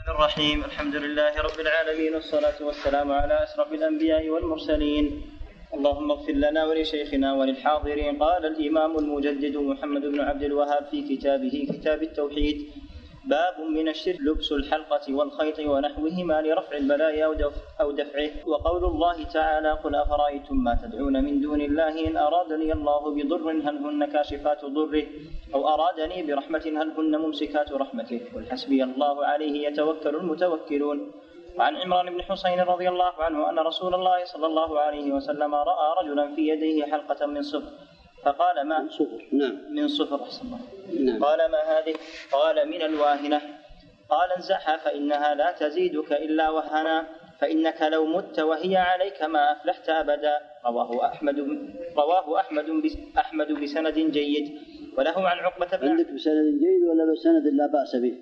الرحيم. الحمد لله رب العالمين، والصلاة والسلام على أشرف الأنبياء والمرسلين. اللهم اغفر لنا ولشيخنا وللحاضرين. قال الإمام المجدد محمد بن عبد الوهاب في كتابه كتاب التوحيد: باب من الشرك لبس الحلقة والخيط ونحوهما لرفع البلاء أو دفعه. وقول الله تعالى: قل أفرأيتم ما تدعون من دون الله إن أرادني الله بضر هل هن كاشفات ضره أو أرادني برحمة هل هن ممسكات رحمته قل حسبي الله عليه يتوكل المتوكلون. وعن عمران بن حسين رضي الله عنه أن رسول الله صلى الله عليه وسلم رأى رجلا في يديه حلقة من صفر فقال: ما من صفر قال: ما هذه؟ قال: من الواهنة. قال: انزعها فإنها لا تزيدك إلا وهنا، فإنك لو مت وهي عليك ما أفلحت أبدا. رواه أحمد بسند جيد. وله عن عقبة بن عندك بسند جيد ولا بسند لا بأس به؟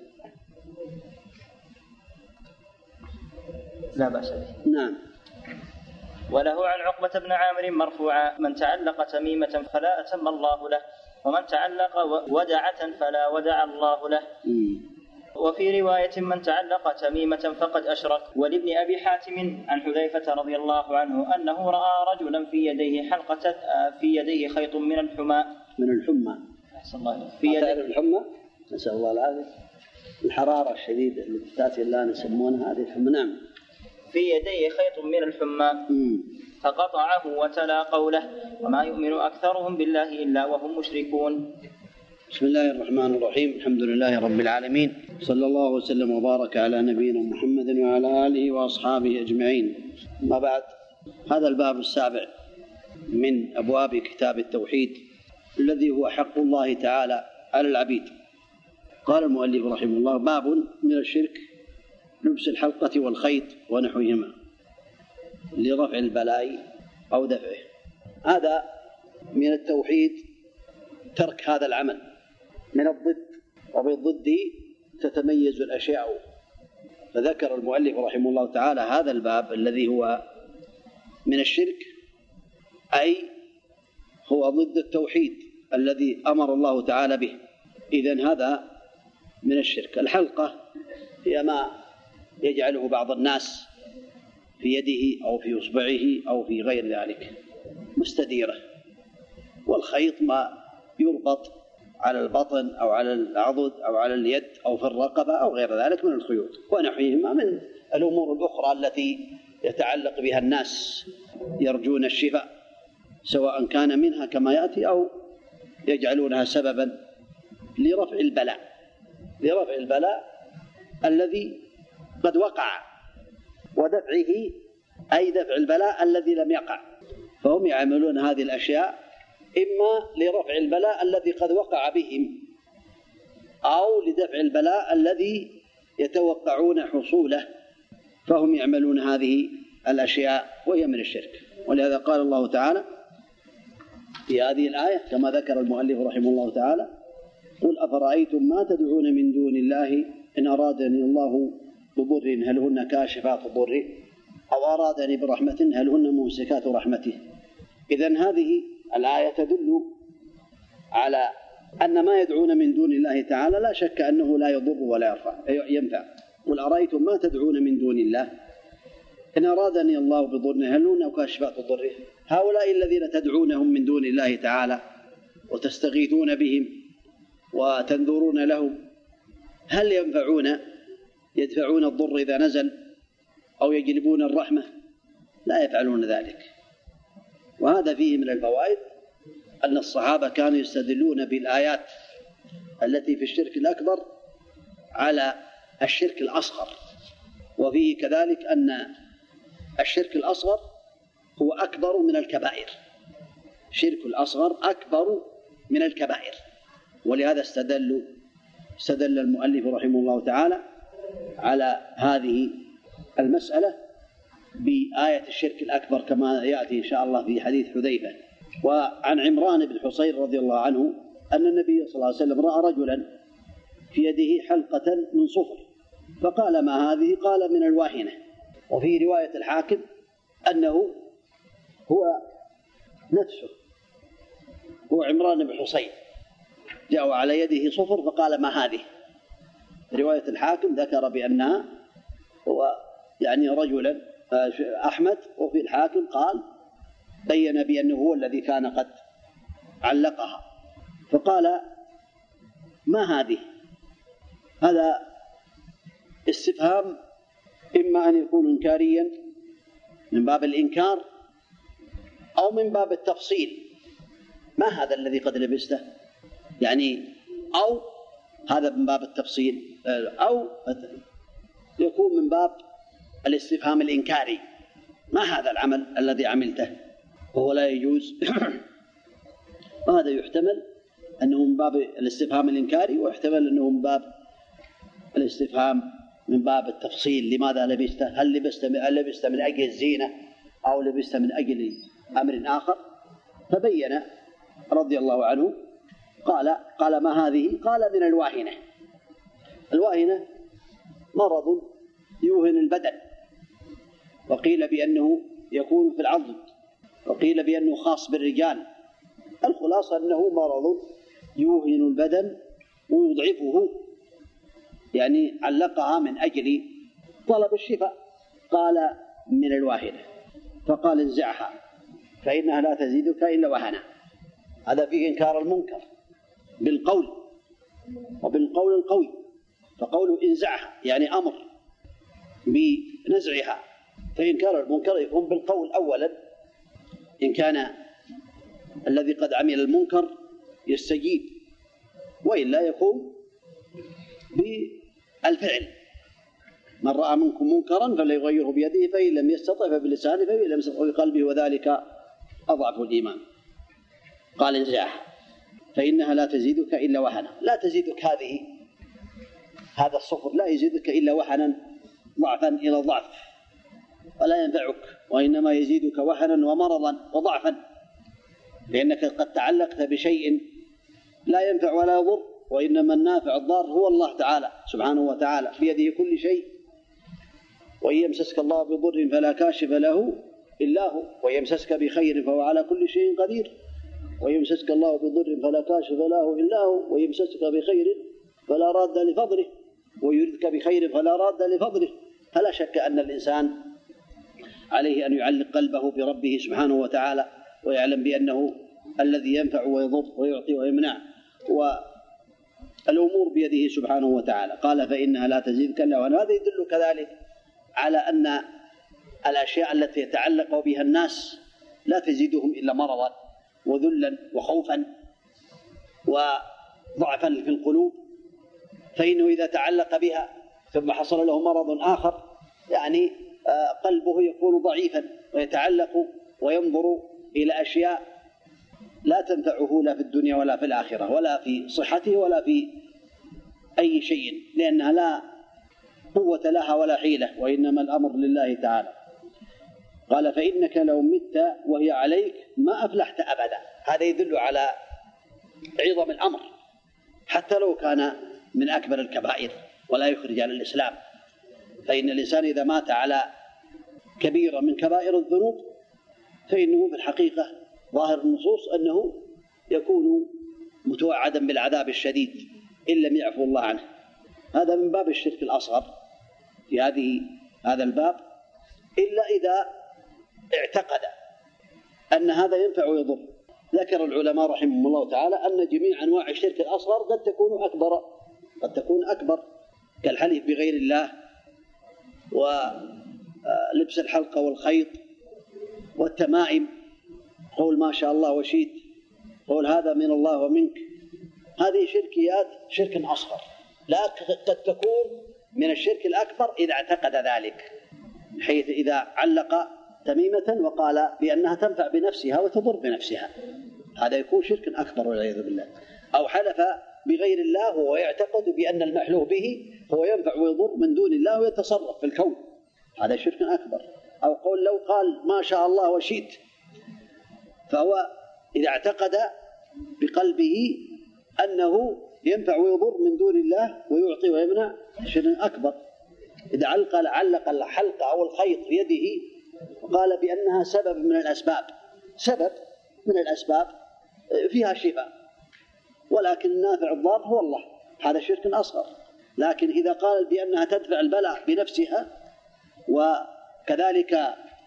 لا بأس به. نعم. وله عن عقبة بن عامر مرفوعا: من تعلق تميمة فلا أتم الله له، ومن تعلق ودعة فلا ودع الله له. وفي رواية: من تعلق تميمة فقد أشرك. ولابن أبي حاتم عن حذيفة رضي الله عنه أنه رأى رجلا في يديه حلقة في يديه خيط من الحمى. في يديه الحمى، نسأل الله العافية، الحرارة الشديدة اللي تأتي الآن يسمونها هذه الحمى. نعم. في يديه خيط من الحمى فقطعه وتلا قوله: وما يؤمن أكثرهم بالله إلا وهم مشركون. بسم الله الرحمن الرحيم. الحمد لله رب العالمين، صلى الله وسلم وبارك على نبينا محمد وعلى آله وأصحابه أجمعين. ما بعد، هذا الباب السابع من أبواب كتاب التوحيد الذي هو حق الله تعالى على العبيد. قال المؤلف رحمه الله: باب من الشرك لبس الحلقة والخيط ونحوهما لرفع البلاء أو دفعه. هذا من التوحيد ترك هذا العمل من الضد، وبالضد تتميز الأشياء. فذكر المؤلف رحمه الله تعالى هذا الباب الذي هو من الشرك، أي هو ضد التوحيد الذي أمر الله تعالى به. إذن هذا من الشرك. الحلقة هي ما يجعله بعض الناس في يده أو في إصبعه أو في غير ذلك مستديرة. والخيط ما يربط على البطن أو على العضد أو على اليد أو في الرقبة أو غير ذلك من الخيوط، ونحوهما من الأمور الأخرى التي يتعلق بها الناس يرجون الشفاء، سواء كان منها كما يأتي أو يجعلونها سببا لرفع البلاء الذي قد وقع، ودفعه أي دفع البلاء الذي لم يقع. فهم يعملون هذه الأشياء إما لرفع البلاء الذي قد وقع بهم، أو لدفع البلاء الذي يتوقعون حصوله، فهم يعملون هذه الأشياء وهي من الشرك. ولهذا قال الله تعالى في هذه الآية كما ذكر المؤلف رحمه الله تعالى: قل أفرأيتم ما تدعون من دون الله إن أرادني الله بضر هل هن كاشفات ضره أو أرادني برحمة هل هن ممسكات رحمته. إذن هذه الآية تدل على أن ما يدعون من دون الله تعالى لا شك أنه لا يضر ولا ينفع. قل أرأيتم ما تدعون من دون الله إن أرادني الله بضر هل هن كاشفات ضره. هؤلاء الذين تدعونهم من دون الله تعالى وتستغيثون بهم وتنذرون لهم، هل يدفعون الضر إذا نزل أو يجلبون الرحمة؟ لا يفعلون ذلك. وهذا فيه من الفوائد أن الصحابة كانوا يستدلون بالآيات التي في الشرك الأكبر على الشرك الأصغر. وفيه كذلك أن الشرك الأصغر هو أكبر من الكبائر، الشرك الأصغر أكبر من الكبائر. ولهذا استدل المؤلف رحمه الله تعالى على هذه المسألة بآية الشرك الأكبر كما يأتي إن شاء الله في حديث حذيفة. وعن عمران بن حسين رضي الله عنه أن النبي صلى الله عليه وسلم رأى رجلا في يده حلقة من صفر فقال: ما هذه؟ قال: من الواهنة. وفي رواية الحاكم أنه هو نفسه، هو عمران بن حسين، جاء على يده صفر فقال: ما هذه؟ رواية الحاكم ذكر بأنها هو يعني رجلا أحمد، وفي الحاكم قال بين بأنه هو الذي كان قد علقها. فقال ما هذه؟ هذا استفهام إما أن يكون إنكاريا من باب الإنكار أو من باب التفصيل. ما هذا الذي قد لبسته؟ يعني أو هذا من باب التفصيل، أو يكون من باب الاستفهام الإنكاري. ما هذا العمل الذي عملته وهو لا يجوز؟ وهذا يحتمل أنه من باب الاستفهام الإنكاري، ويحتمل أنه من باب الاستفهام من باب التفصيل. لماذا لبسته؟ هل لبست من أجل الزينة أو لبست من أجل أمر آخر؟ فبين رضي الله عنه قال ما هذه؟ قال من الواهنة. الواهنة مرض يوهن البدن، وقيل بأنه يكون في العظم، وقيل بأنه خاص بالرجال. الخلاصة أنه مرض يوهن البدن ويضعفه، يعني علقها من أجل طلب الشفاء. قال من الواهنة، فقال انزعها فإنها لا تزيدك إلا وهنا. هذا فيه إنكار المنكر بالقول وبالقول القوي. فقوله انزعها يعني أمر بنزعها، فإنكار المنكر يكون بالقول أولا إن كان الذي قد عمل المنكر يستجيب، وإلا يكون بالفعل. من رأى منكم منكرا فليغيره بيده، فإن لم يستطع فبلسانه، فإن لم يستطع بقلبه، وذلك أضعف الإيمان. قال انزعها فإنها لا تزيدك إلا وهنا. لا تزيدك هذا الصفر لا يزيدك إلا وهنا، ضعفا إلى ضعف، ولا ينفعك، وإنما يزيدك وهنا ومرضا وضعفا، لأنك قد تعلقت بشيء لا ينفع ولا يضر، وإنما النافع الضار هو الله تعالى سبحانه وتعالى، بيده كل شيء. وإن يمسسك الله بضر فلا كاشف له إلا هو، وإن يمسسك بخير فهو على كل شيء قدير. وإن يمسسك الله بضر فلا كاشف له إلا هو، وإن يمسسك بخير فلا راد لفضله، ويردك بخير فلا راد لفضله. فلا شك أن الإنسان عليه أن يعلق قلبه بربه سبحانه وتعالى، ويعلم بأنه الذي ينفع ويضر ويعطي ويمنع، والأمور بيده سبحانه وتعالى. قال فإنها لا تزيدك إلا وهنا. هذا يدل كذلك على أن الأشياء التي يتعلق بها الناس لا تزيدهم إلا مرضا وذلا وخوفا وضعفا في القلوب، فإنه إذا تعلق بها ثم حصل له مرض آخر يعني قلبه يكون ضعيفا، ويتعلق وينظر إلى أشياء لا تنفعه لا في الدنيا ولا في الآخرة، ولا في صحته ولا في أي شيء، لأنها لا قوة لها ولا حيلة، وإنما الأمر لله تعالى. قال فإنك لو مت وهي عليك ما أفلحت أبدا. هذا يدل على عظم الأمر، حتى لو كان من أكبر الكبائر ولا يخرج عن الإسلام. فإن الإنسان إذا مات على كبيرة من كبائر الذنوب فإنه في الحقيقة ظاهر النصوص أنه يكون متوعدا بالعذاب الشديد إن لم يعفو الله عنه. هذا من باب الشرك الأصغر في هذا الباب، إلا إذا اعتقد أن هذا ينفع ويضر. ذكر العلماء رحمهم الله تعالى أن جميع أنواع الشرك الأصغر قد تكون أكبر كالحلف بغير الله، ولبس الحلقة والخيط والتمائم، قول ما شاء الله وشئت، قول هذا من الله ومنك. هذه شركيات شرك أصغر، لا قد تكون من الشرك الأكبر إذا اعتقد ذلك، حيث إذا علق تميمة وقال بأنها تنفع بنفسها وتضر بنفسها، هذا يكون شرك أكبر والعياذ بالله. أو حلف بغير الله وهو يعتقد بأن المحلوف به هو ينفع ويضر من دون الله ويتصرف في الكون، هذا شرك أكبر. أو قول لو قال ما شاء الله وشئت، فهو إذا اعتقد بقلبه أنه ينفع ويضر من دون الله ويعطي ويمنع، شرك أكبر. إذا علق الحلقة أو الخيط في يده وقال بأنها سبب من الأسباب فيها شفاء، ولكن النافع الضار هو الله، هذا شرك أصغر. لكن إذا قال بأنها تدفع البلاء بنفسها وكذلك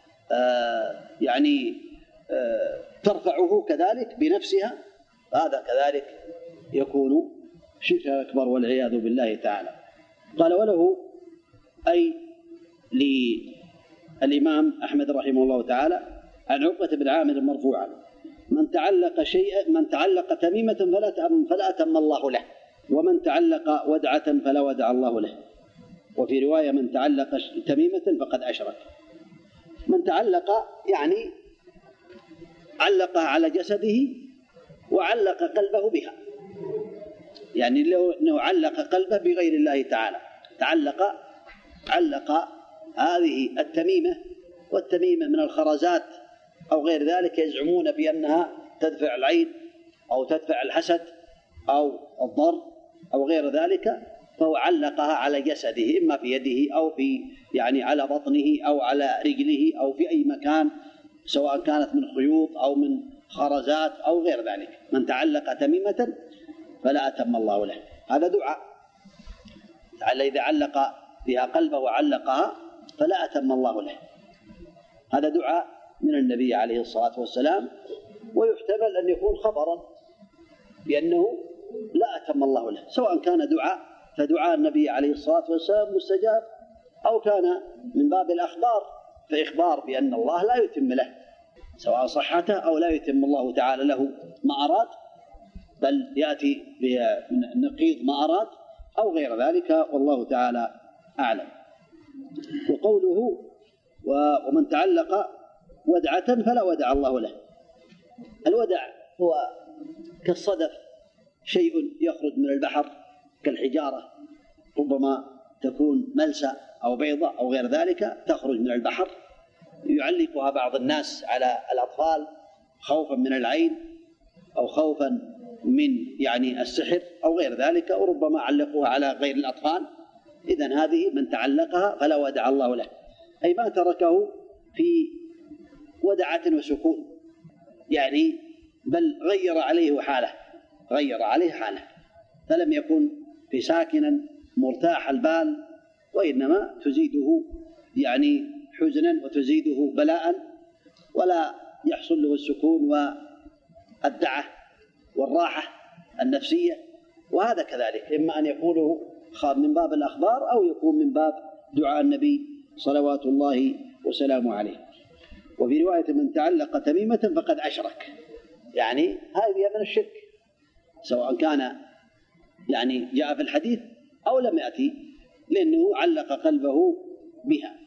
ترفعه كذلك بنفسها، هذا كذلك يكون شرك أكبر والعياذ بالله تعالى. قال: وله أي للإمام أحمد رحمه الله تعالى عن عقبة بن عامر مرفوعا: من تعلق تميمة فلا أتم الله له، ومن تعلق ودعة فلا ودع الله له. وفي رواية: من تعلق تميمة فقد أشرك. من تعلق يعني علقها على جسده وعلق قلبه بها، يعني لو أنه علق قلبه بغير الله تعالى، علق هذه التميمة، والتميمة من الخرزات أو غير ذلك، يزعمون بأنها تدفع العين أو تدفع الحسد أو الضر أو غير ذلك، فهو علقها على جسده، إما في يده أو في على بطنه أو على رجله أو في أي مكان، سواء كانت من خيوط أو من خرزات أو غير ذلك. من تعلق تميمة فلا أتم الله له، هذا دعاء. إذا علق بها قلبه وعلقها فلا أتم الله له، هذا دعاء من النبي عليه الصلاة والسلام. ويحتمل أن يكون خبرا بأنه لا أتم الله له، سواء كان دعاء فدعاء النبي عليه الصلاة والسلام مستجاب، أو كان من باب الأخبار فإخبار بأن الله لا يتم له، سواء صحته أو لا يتم الله تعالى له ما أراد، بل يأتي بنقيض ما أراد أو غير ذلك، والله تعالى أعلم. وقوله: ومن تعلق ودعة فلا ودع الله له. الودع هو كالصدف، شيء يخرج من البحر كالحجارة، ربما تكون ملسة أو بيضة أو غير ذلك، تخرج من البحر، يعلقها بعض الناس على الأطفال خوفا من العين أو خوفا من السحر أو غير ذلك، وربما علقوها على غير الأطفال. إذن هذه من تعلقها فلا ودع الله له، أي ما تركه في ودعة وسكون، بل غير عليه حاله، فلم يكن في ساكنا مرتاح البال، وإنما تزيده حزنا وتزيده بلاء، ولا يحصل له السكون والدعة والراحة النفسية. وهذا كذلك إما أن يكون من باب الأخبار أو يكون من باب دعاء النبي صلوات الله وسلامه عليه. وفي رواية: من تعلق تميمة فقد أشرك، هذه من الشرك، سواء كان جاء في الحديث أو لم يأتي، لأنه علق قلبه بها.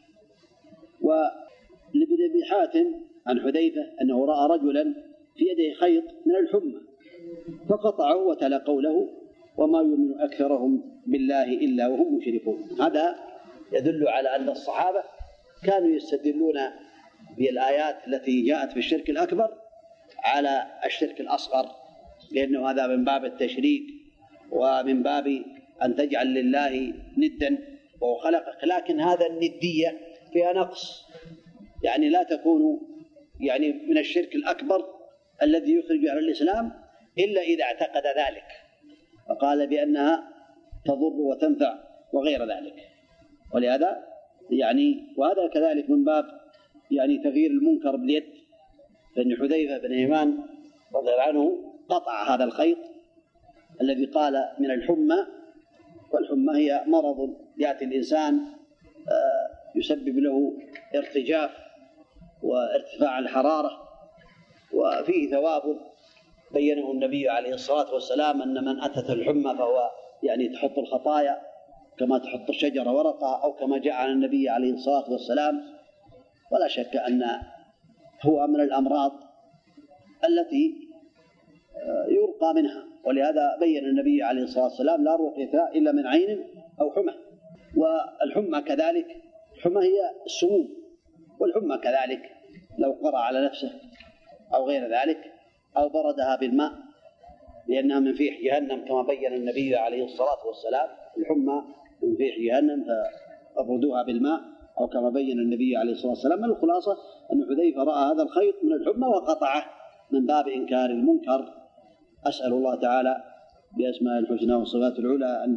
ولابن أبي حاتم عن حذيفة أنه رأى رجلا في يده خيط من الحمى فقطعه وتلا قوله: وما يؤمن أكثرهم بالله إلا وهم مشركون. هذا يدل على أن الصحابة كانوا يستدلون بالآيات التي جاءت في الشرك الأكبر على الشرك الأصغر، لأنه هذا من باب التشريك ومن باب أن تجعل لله ندا وهو خلقك، لكن هذا الندية فيها نقص، لا تكون من الشرك الأكبر الذي يخرج عن الإسلام إلا إذا اعتقد ذلك، فقال بأنها تضر وتنفع وغير ذلك. ولهذا وهذا كذلك من باب تغيير المنكر باليد، فإن حذيفة بن يمان رضي الله عنه قطع هذا الخيط الذي قال من الحمى، والحمى هي مرض يأتي الإنسان يسبب له ارتجاف وارتفاع الحرارة، وفيه ثواب بينه النبي عليه الصلاة والسلام، أن من أتت الحمى فهو تحط الخطايا كما تحط الشجرة ورقها، أو كما جاء عن النبي عليه الصلاة والسلام. ولا شك أن هو من الأمراض التي يرقى منها، ولهذا بين النبي عليه الصلاة والسلام: لا رقية إلا من عين أو حمى. والحمى كذلك، الحمى هي السموم، والحمى كذلك لو قرأ على نفسه أو غير ذلك أو بردها بالماء، لأنها من فيح جهنم كما بين النبي عليه الصلاة والسلام، الحمى من فيح جهنم فأبردوها بالماء، أو كما بين النبي عليه الصلاة والسلام. الخلاصة أن حذيفة رأى هذا الخيط من الحمى وقطعه من باب إنكار المنكر. أسأل الله تعالى بأسماء الحسنى والصفات العلى أن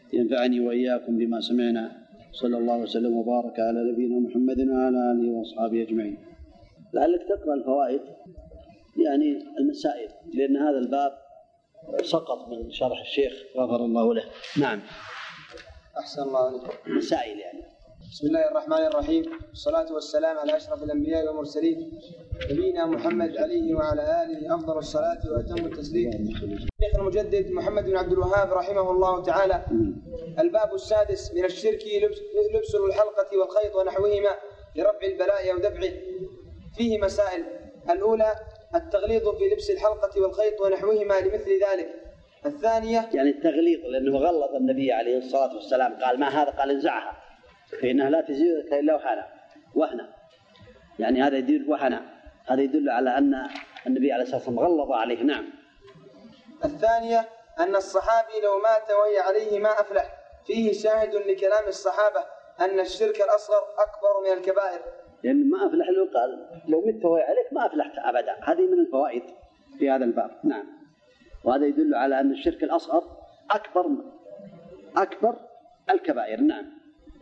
ينفعني وإياكم بما سمعنا. صلى الله وسلم وبارك على نبينا محمد وعلى آله وأصحابه أجمعين. لعلك تقرأ الفوائد يعني المسائل، لأن هذا الباب سقط من شرح الشيخ غفر الله له. نعم. أحسن الله عليكم. مسائل يعني. بسم الله الرحمن الرحيم، والصلاة والسلام على أشرف الأنبياء والمرسلين نبينا محمد عليه وعلى آله أفضل الصلاة وأتم التسليم. الشيخ المجدد محمد بن عبد الوهاب رحمه الله تعالى. الباب السادس: من الشرك لبس الحلقة والخيط ونحوهما لرفع البلاء أو دفعه. فيه مسائل. الأولى: التغليظ في لبس الحلقة والخيط ونحوهما لمثل ذلك. الثانية يعني التغليظ، لأنه غلظ النبي عليه الصلاة والسلام، قال ما هذا؟ قال انزعها فإنها لا تزيدك إلا وهنا. يعني هذا يدل وهنا، هذا يدل على أن النبي عليه الصلاة والسلام غلظ عليه. نعم. الثانية: أن الصحابي لو مات وهي عليه ما أفلح. فيه شاهد لكلام الصحابة أن الشرك الأصغر أكبر من الكبائر. يعني ما أفلح له، قال لو مت وهي عليك ما أفلحت أبدا. هذه من الفوائد في هذا الباب. نعم. وهذا يدل على أن الشرك الأصغر أكبر الكبائر. نعم.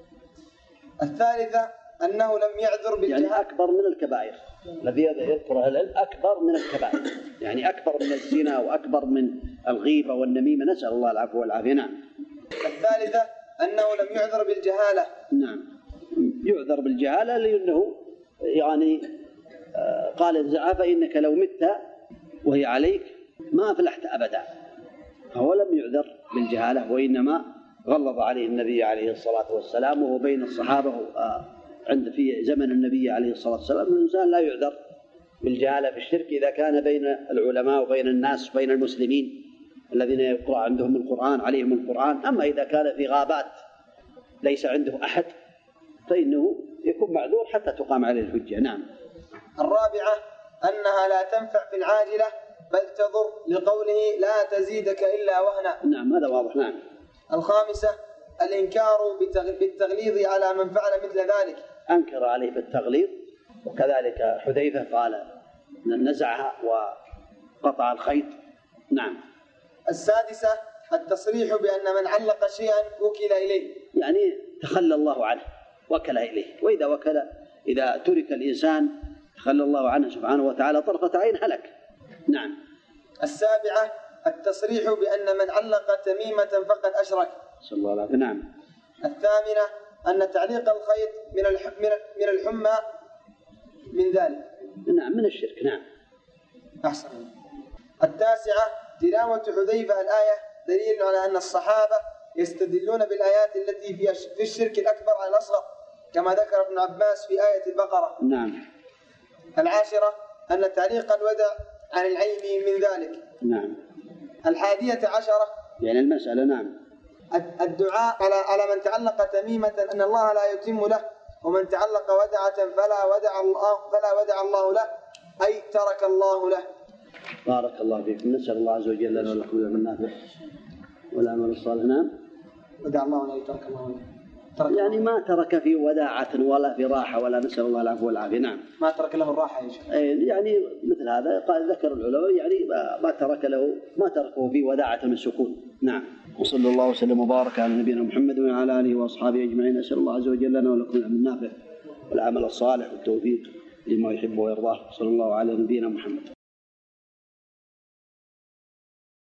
الثالثة: أنه لم يعذر بالجهاد. يعني أكبر من الكبائر. الذي يذكر العلم أكبر من الكبائر، يعني أكبر من الزنا وأكبر من الغيبة والنميمة، نسأل الله العفو والعافية. نعم. الثالثة: أنه لم يعذر بالجهالة. نعم، يعذر بالجهالة لأنه يعني قال انزعها فإنك لو مت وهي عليك ما أفلحت أبدا. فهو لم يعذر بالجهالة، وإنما غلظ عليه النبي عليه الصلاة والسلام. وهو بين الصحابة عند في زمن النبي عليه الصلاة والسلام الإنسان لا يعذر بالجهالة في الشرك إذا كان بين العلماء وبين الناس وبين المسلمين الذين يقرأ عندهم القرآن عليهم القرآن. أما إذا كان في غابات ليس عنده أحد فإنه يكون معذور حتى تقام عليه الحجة. نعم. الرابعة: أنها لا تنفع في العاجلة بل تضر، لقوله لا تزيدك إلا وهنا. نعم، هذا واضح. نعم. الخامسة: الإنكار بالتغليظ على من فعل مثل ذلك. أنكر عليه بالتغليظ، وكذلك حذيفة قال نزعها وقطع الخيط. نعم. السادسة: التصريح بأن من علق شيئا وكل إليه، يعني تخلى الله عنه وكل إليه. وإذا إذا ترك الإنسان تخلى الله عنه سبحانه وتعالى طرفة عين هلك. نعم. السابعة: التصريح بأن من علق تميمة فقد أشرك. صلى الله عليه وسلم. نعم. الثامنة: أن تعليق الخيط من الحمى من ذلك. نعم، من الشرك. نعم. أحسن. التاسعة: تلاوة حذيفة الآية دليل على أن الصحابة يستدلون بالآيات التي في الشرك الأكبر على الأصغر، كما ذكر ابن عباس في آية البقرة. نعم. العاشرة: أن تعليق الودع عن العين من ذلك. نعم. 11 يعني المسألة. نعم. الدعاء على من تعلق تميمة أن الله لا يتم له، ومن تعلق ودعة فلا ودع الله له، أي ترك الله له. بارك الله فيكم. نسأل الله عز وجل لنا ولكم العلم النافع والعمل الصالح. نعم. ودع الله له، ترك الله له. يعني ما ترك في وداعة ولا في راحة ولا، نسأل الله العفو والعافية. نعم. ما ترك له الراحة يا شيخ. يعني مثل هذا قال ذكر العلماء يعني ما تركه في وداعة السكون. نعم. وصلى الله وسلم وبارك على نبينا محمد وعلى آله وأصحابه أجمعين. أسأل الله عز وجل لنا ولكم العلم النافع والعمل الصالح والتوفيق لما يحب ويرضاه. صلى الله على نبينا محمد.